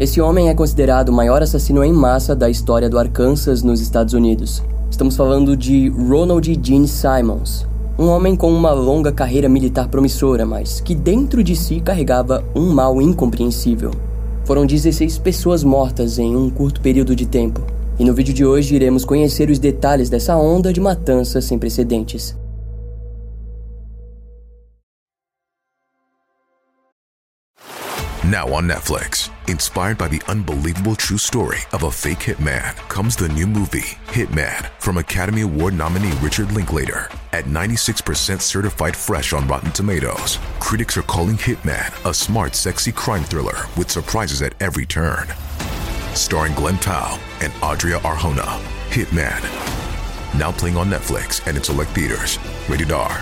Esse homem é considerado o maior assassino em massa da história do Arkansas nos Estados Unidos. Estamos falando de Ronald Gene Simmons, um homem com uma longa carreira militar promissora, mas que dentro de si carregava um mal incompreensível. Foram 16 pessoas mortas em um curto período de tempo, e no vídeo de hoje iremos conhecer os detalhes dessa onda de matanças sem precedentes. Now on Netflix, inspired by the unbelievable true story of a fake hitman, comes the new movie, Hitman, from Academy Award nominee Richard Linklater. At 96% certified fresh on Rotten Tomatoes, critics are calling Hitman a smart, sexy crime thriller with surprises at every turn. Starring Glenn Powell and Adria Arjona, Hitman. Now playing on Netflix and in select theaters. Rated R.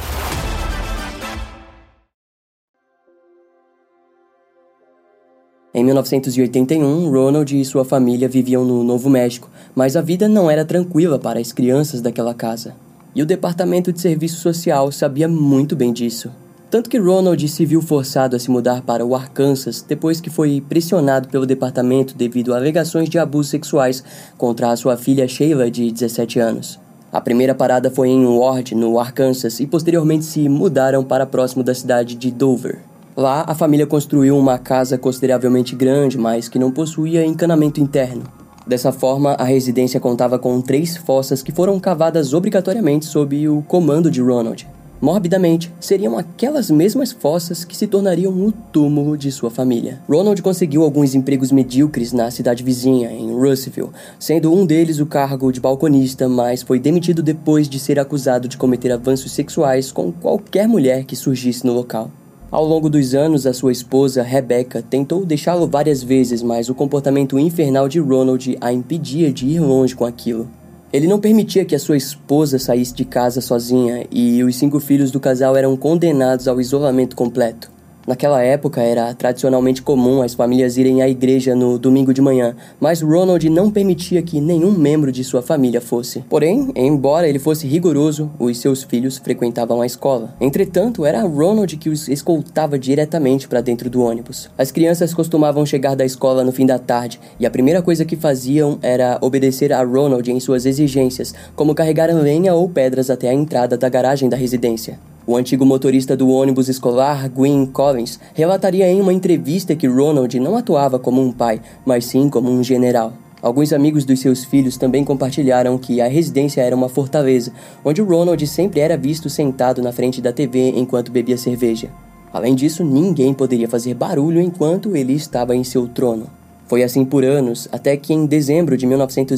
Em 1981, Ronald e sua família viviam no Novo México, mas a vida não era tranquila para as crianças daquela casa. E o Departamento de Serviço Social sabia muito bem disso. Tanto que Ronald se viu forçado a se mudar para o Arkansas depois que foi pressionado pelo departamento devido a alegações de abusos sexuais contra a sua filha Sheila, de 17 anos. A primeira parada foi em Ward, no Arkansas, e posteriormente se mudaram para próximo da cidade de Dover. Lá, a família construiu uma casa consideravelmente grande, mas que não possuía encanamento interno. Dessa forma, a residência contava com 3 fossas que foram cavadas obrigatoriamente sob o comando de Ronald. Morbidamente, seriam aquelas mesmas fossas que se tornariam o túmulo de sua família. Ronald conseguiu alguns empregos medíocres na cidade vizinha, em Russellville, sendo um deles o cargo de balconista, mas foi demitido depois de ser acusado de cometer avanços sexuais com qualquer mulher que surgisse no local. Ao longo dos anos, a sua esposa, Rebecca, tentou deixá-lo várias vezes, mas o comportamento infernal de Ronald a impedia de ir longe com aquilo. Ele não permitia que a sua esposa saísse de casa sozinha, e os 5 filhos do casal eram condenados ao isolamento completo. Naquela época, era tradicionalmente comum as famílias irem à igreja no domingo de manhã, mas Ronald não permitia que nenhum membro de sua família fosse. Porém, embora ele fosse rigoroso, os seus filhos frequentavam a escola. Entretanto, era Ronald que os escoltava diretamente para dentro do ônibus. As crianças costumavam chegar da escola no fim da tarde, e a primeira coisa que faziam era obedecer a Ronald em suas exigências, como carregar lenha ou pedras até a entrada da garagem da residência. O antigo motorista do ônibus escolar, Gwyn Collins, relataria em uma entrevista que Ronald não atuava como um pai, mas sim como um general. Alguns amigos dos seus filhos também compartilharam que a residência era uma fortaleza, onde Ronald sempre era visto sentado na frente da TV enquanto bebia cerveja. Além disso, ninguém poderia fazer barulho enquanto ele estava em seu trono. Foi assim por anos, até que em dezembro de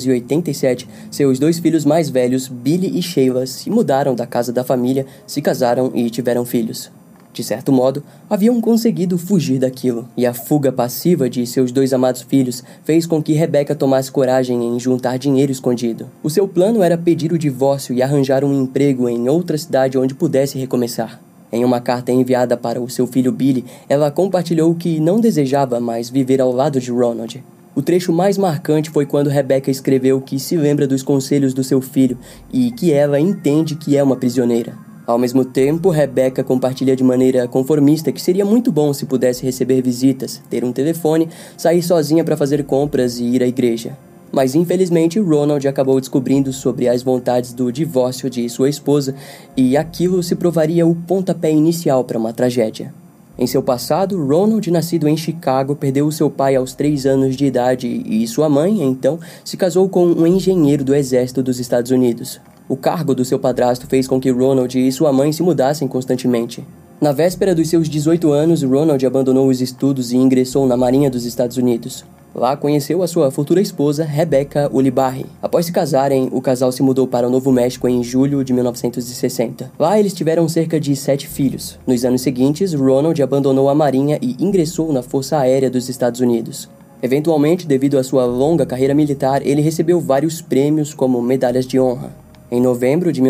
1987, seus 2 filhos mais velhos, Billy e Sheila, se mudaram da casa da família, se casaram e tiveram filhos. De certo modo, haviam conseguido fugir daquilo, e a fuga passiva de seus 2 amados filhos fez com que Rebecca tomasse coragem em juntar dinheiro escondido. O seu plano era pedir o divórcio e arranjar um emprego em outra cidade onde pudesse recomeçar. Em uma carta enviada para o seu filho Billy, ela compartilhou que não desejava mais viver ao lado de Ronald. O trecho mais marcante foi quando Rebecca escreveu que se lembra dos conselhos do seu filho e que ela entende que é uma prisioneira. Ao mesmo tempo, Rebecca compartilha de maneira conformista que seria muito bom se pudesse receber visitas, ter um telefone, sair sozinha para fazer compras e ir à igreja. Mas infelizmente Ronald acabou descobrindo sobre as vontades do divórcio de sua esposa e aquilo se provaria o pontapé inicial para uma tragédia. Em seu passado, Ronald, nascido em Chicago, perdeu seu pai aos 3 anos de idade e sua mãe, então, se casou com um engenheiro do exército dos Estados Unidos. O cargo do seu padrasto fez com que Ronald e sua mãe se mudassem constantemente. Na véspera dos seus 18 anos, Ronald abandonou os estudos e ingressou na Marinha dos Estados Unidos. Lá conheceu a sua futura esposa, Rebecca Ulibarri. Após se casarem, o casal se mudou para o Novo México em julho de 1960. Lá eles tiveram cerca de 7 filhos. Nos anos seguintes, Ronald abandonou a Marinha e ingressou na Força Aérea dos Estados Unidos. Eventualmente, devido à sua longa carreira militar, ele recebeu vários prêmios como medalhas de honra. Em novembro de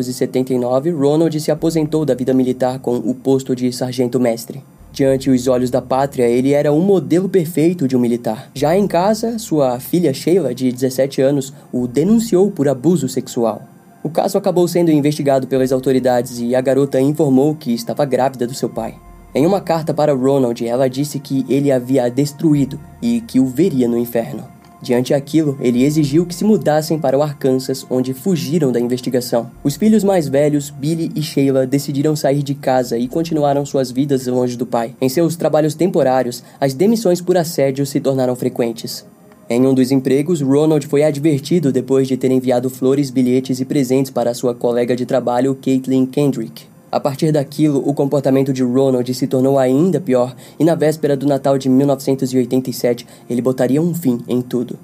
1979, Ronald se aposentou da vida militar com o posto de sargento-mestre. Diante os olhos da pátria, ele era um modelo perfeito de um militar. Já em casa, sua filha Sheila, de 17 anos, o denunciou por abuso sexual. O caso acabou sendo investigado pelas autoridades e a garota informou que estava grávida do seu pai. Em uma carta para Ronald, ela disse que ele havia destruído e que o veria no inferno. Diante daquilo, ele exigiu que se mudassem para o Arkansas, onde fugiram da investigação. Os filhos mais velhos, Billy e Sheila, decidiram sair de casa e continuaram suas vidas longe do pai. Em seus trabalhos temporários, as demissões por assédio se tornaram frequentes. Em um dos empregos, Ronald foi advertido depois de ter enviado flores, bilhetes e presentes para sua colega de trabalho, Caitlin Kendrick. A partir daquilo, o comportamento de Ronald se tornou ainda pior e na véspera do Natal de 1987, ele botaria um fim em tudo.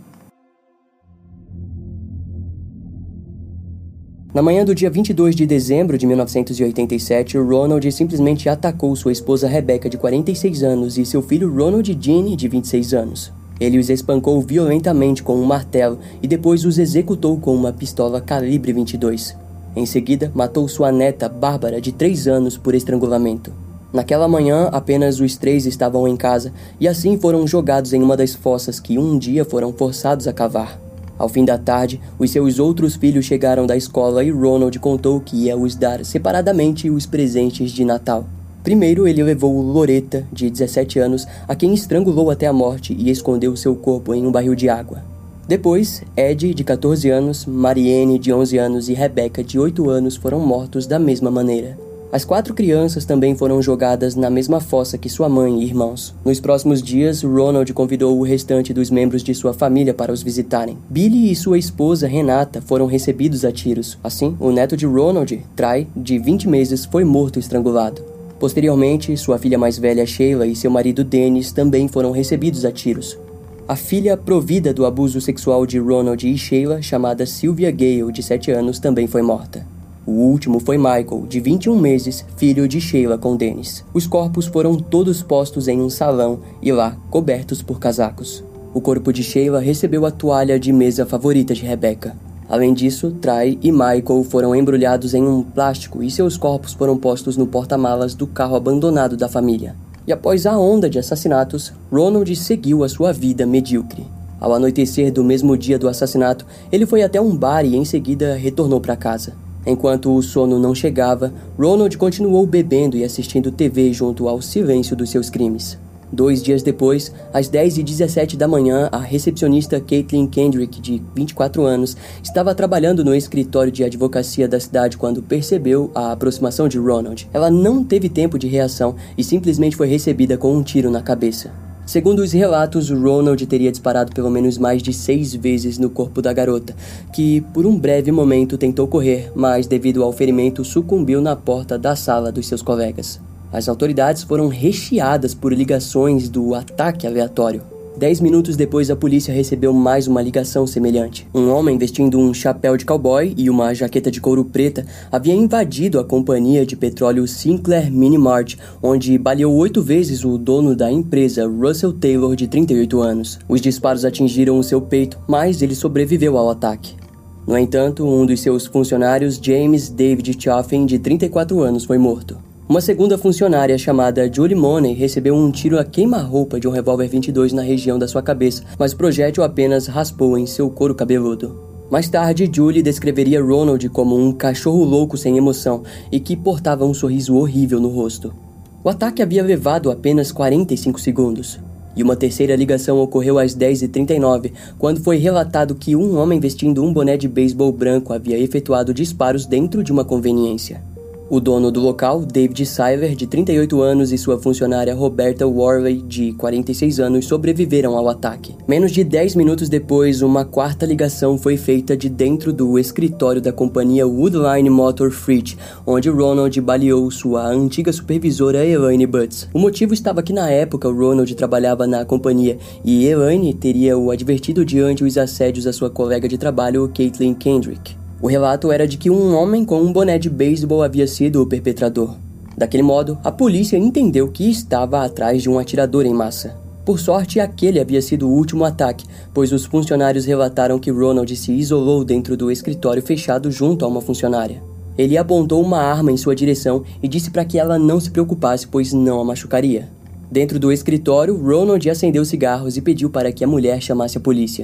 Na manhã do dia 22 de dezembro de 1987, Ronald simplesmente atacou sua esposa Rebecca, de 46 anos, e seu filho Ronald Gene, de 26 anos. Ele os espancou violentamente com um martelo e depois os executou com uma pistola calibre 22. Em seguida, matou sua neta, Bárbara, de 3 anos, por estrangulamento. Naquela manhã, apenas os 3 estavam em casa e assim foram jogados em uma das fossas que um dia foram forçados a cavar. Ao fim da tarde, os seus outros filhos chegaram da escola e Ronald contou que ia os dar separadamente os presentes de Natal. Primeiro, ele levou Loretta, de 17 anos, a quem estrangulou até a morte e escondeu seu corpo em um barril de água. Depois, Ed, de 14 anos, Marianne, de 11 anos e Rebecca, de 8 anos, foram mortos da mesma maneira. As 4 crianças também foram jogadas na mesma fossa que sua mãe e irmãos. Nos próximos dias, Ronald convidou o restante dos membros de sua família para os visitarem. Billy e sua esposa, Renata, foram recebidos a tiros. Assim, o neto de Ronald, Trey, de 20 meses, foi morto estrangulado. Posteriormente, sua filha mais velha, Sheila, e seu marido, Dennis, também foram recebidos a tiros. A filha provida do abuso sexual de Ronald e Sheila, chamada Sylvia Gale, de 7 anos, também foi morta. O último foi Michael, de 21 meses, filho de Sheila com Dennis. Os corpos foram todos postos em um salão e lá, cobertos por casacos. O corpo de Sheila recebeu a toalha de mesa favorita de Rebecca. Além disso, Trey e Michael foram embrulhados em um plástico e seus corpos foram postos no porta-malas do carro abandonado da família. E após a onda de assassinatos, Ronald seguiu a sua vida medíocre. Ao anoitecer do mesmo dia do assassinato, ele foi até um bar e em seguida retornou para casa. Enquanto o sono não chegava, Ronald continuou bebendo e assistindo TV junto ao silêncio dos seus crimes. 2 dias depois, às 10h17 da manhã, a recepcionista Caitlin Kendrick, de 24 anos, estava trabalhando no escritório de advocacia da cidade quando percebeu a aproximação de Ronald. Ela não teve tempo de reação e simplesmente foi recebida com um tiro na cabeça. Segundo os relatos, Ronald teria disparado pelo menos mais de 6 vezes no corpo da garota, que por um breve momento tentou correr, mas devido ao ferimento sucumbiu na porta da sala dos seus colegas. As autoridades foram recheadas por ligações do ataque aleatório. 10 minutos depois, a polícia recebeu mais uma ligação semelhante. Um homem vestindo um chapéu de cowboy e uma jaqueta de couro preta havia invadido a companhia de petróleo Sinclair Mini Mart, onde baleou 8 vezes o dono da empresa, Russell Taylor, de 38 anos. Os disparos atingiram o seu peito, mas ele sobreviveu ao ataque. No entanto, um dos seus funcionários, James David Chaffin, de 34 anos, foi morto. Uma segunda funcionária chamada Julie Money recebeu um tiro a queima-roupa de um revólver 22 na região da sua cabeça, mas o projétil apenas raspou em seu couro cabeludo. Mais tarde, Julie descreveria Ronald como um cachorro louco sem emoção e que portava um sorriso horrível no rosto. O ataque havia levado apenas 45 segundos. E uma terceira ligação ocorreu às 10h39, quando foi relatado que um homem vestindo um boné de beisebol branco havia efetuado disparos dentro de uma conveniência. O dono do local, David Seiler, de 38 anos, e sua funcionária Roberta Worley, de 46 anos, sobreviveram ao ataque. Menos de 10 minutos depois, uma quarta ligação foi feita de dentro do escritório da companhia Woodline Motor Freight, onde Ronald baleou sua antiga supervisora Elaine Butts. O motivo estava que na época Ronald trabalhava na companhia e Elaine teria o advertido diante os assédios à sua colega de trabalho, Caitlin Kendrick. O relato era de que um homem com um boné de beisebol havia sido o perpetrador. Daquele modo, a polícia entendeu que estava atrás de um atirador em massa. Por sorte, aquele havia sido o último ataque, pois os funcionários relataram que Ronald se isolou dentro do escritório fechado junto a uma funcionária. Ele apontou uma arma em sua direção e disse para que ela não se preocupasse, pois não a machucaria. Dentro do escritório, Ronald acendeu cigarros e pediu para que a mulher chamasse a polícia.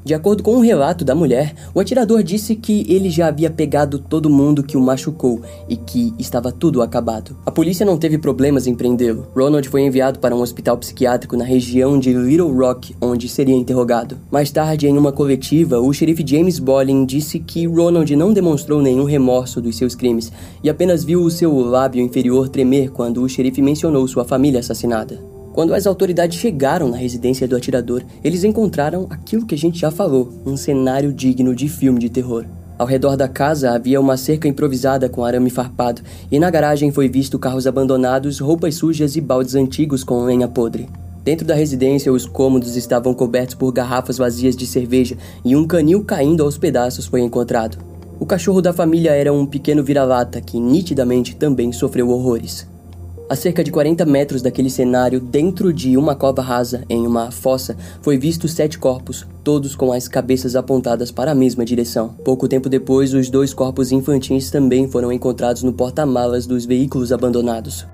De acordo com um relato da mulher, o atirador disse que ele já havia pegado todo mundo que o machucou e que estava tudo acabado. A polícia não teve problemas em prendê-lo. Ronald foi enviado para um hospital psiquiátrico na região de Little Rock, onde seria interrogado. Mais tarde, em uma coletiva, o xerife James Bolin disse que Ronald não demonstrou nenhum remorso dos seus crimes e apenas viu o seu lábio inferior tremer quando o xerife mencionou sua família assassinada. Quando as autoridades chegaram na residência do atirador, eles encontraram aquilo que a gente já falou, um cenário digno de filme de terror. Ao redor da casa havia uma cerca improvisada com arame farpado, e na garagem foi visto carros abandonados, roupas sujas e baldes antigos com lenha podre. Dentro da residência, os cômodos estavam cobertos por garrafas vazias de cerveja e um canil caindo aos pedaços foi encontrado. O cachorro da família era um pequeno vira-lata que nitidamente também sofreu horrores. A cerca de 40 metros daquele cenário, dentro de uma cova rasa, em uma fossa, foi visto 7 corpos, todos com as cabeças apontadas para a mesma direção. Pouco tempo depois, os 2 corpos infantis também foram encontrados no porta-malas dos veículos abandonados.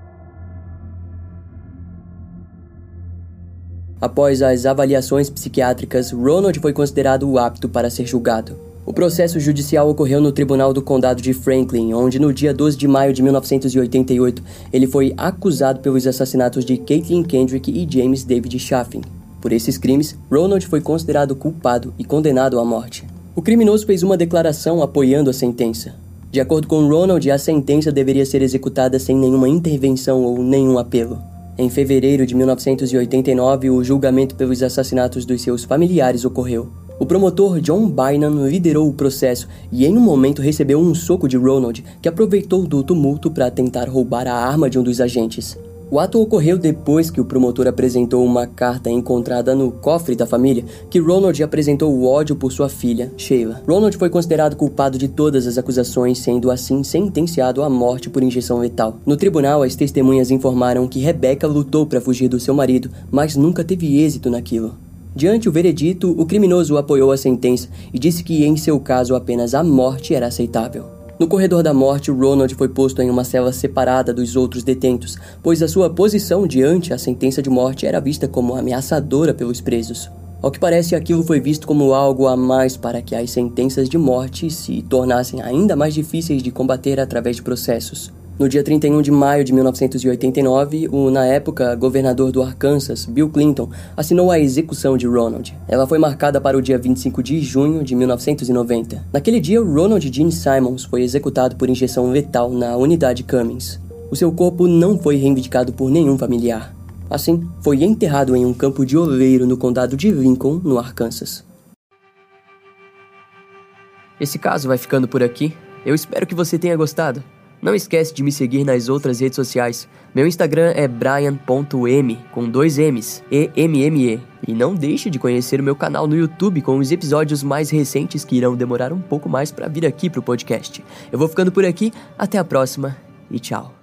Após as avaliações psiquiátricas, Ronald foi considerado apto para ser julgado. O processo judicial ocorreu no Tribunal do Condado de Franklin, onde no dia 12 de maio de 1988, ele foi acusado pelos assassinatos de Caitlin Kendrick e James David Chaffin. Por esses crimes, Ronald foi considerado culpado e condenado à morte. O criminoso fez uma declaração apoiando a sentença. De acordo com Ronald, a sentença deveria ser executada sem nenhuma intervenção ou nenhum apelo. Em fevereiro de 1989, o julgamento pelos assassinatos dos seus familiares ocorreu. O promotor John Bynum liderou o processo e em um momento recebeu um soco de Ronald, que aproveitou do tumulto para tentar roubar a arma de um dos agentes. O ato ocorreu depois que o promotor apresentou uma carta encontrada no cofre da família, que Ronald apresentou o ódio por sua filha, Sheila. Ronald foi considerado culpado de todas as acusações, sendo assim sentenciado à morte por injeção letal. No tribunal, as testemunhas informaram que Rebecca lutou para fugir do seu marido, mas nunca teve êxito naquilo. Diante o veredito, o criminoso apoiou a sentença e disse que, em seu caso, apenas a morte era aceitável. No corredor da morte, Ronald foi posto em uma cela separada dos outros detentos, pois a sua posição diante a sentença de morte era vista como ameaçadora pelos presos. Ao que parece, aquilo foi visto como algo a mais para que as sentenças de morte se tornassem ainda mais difíceis de combater através de processos. No dia 31 de maio de 1989, o, na época, governador do Arkansas, Bill Clinton, assinou a execução de Ronald. Ela foi marcada para o dia 25 de junho de 1990. Naquele dia, Ronald Gene Simmons foi executado por injeção letal na unidade Cummings. O seu corpo não foi reivindicado por nenhum familiar. Assim, foi enterrado em um campo de oleiro no condado de Lincoln, no Arkansas. Esse caso vai ficando por aqui. Eu espero que você tenha gostado. Não esquece de me seguir nas outras redes sociais. Meu Instagram é brian.m, com 2 M's, E-M-M-E. E não deixe de conhecer o meu canal no YouTube com os episódios mais recentes que irão demorar um pouco mais para vir aqui pro podcast. Eu vou ficando por aqui, até a próxima e tchau.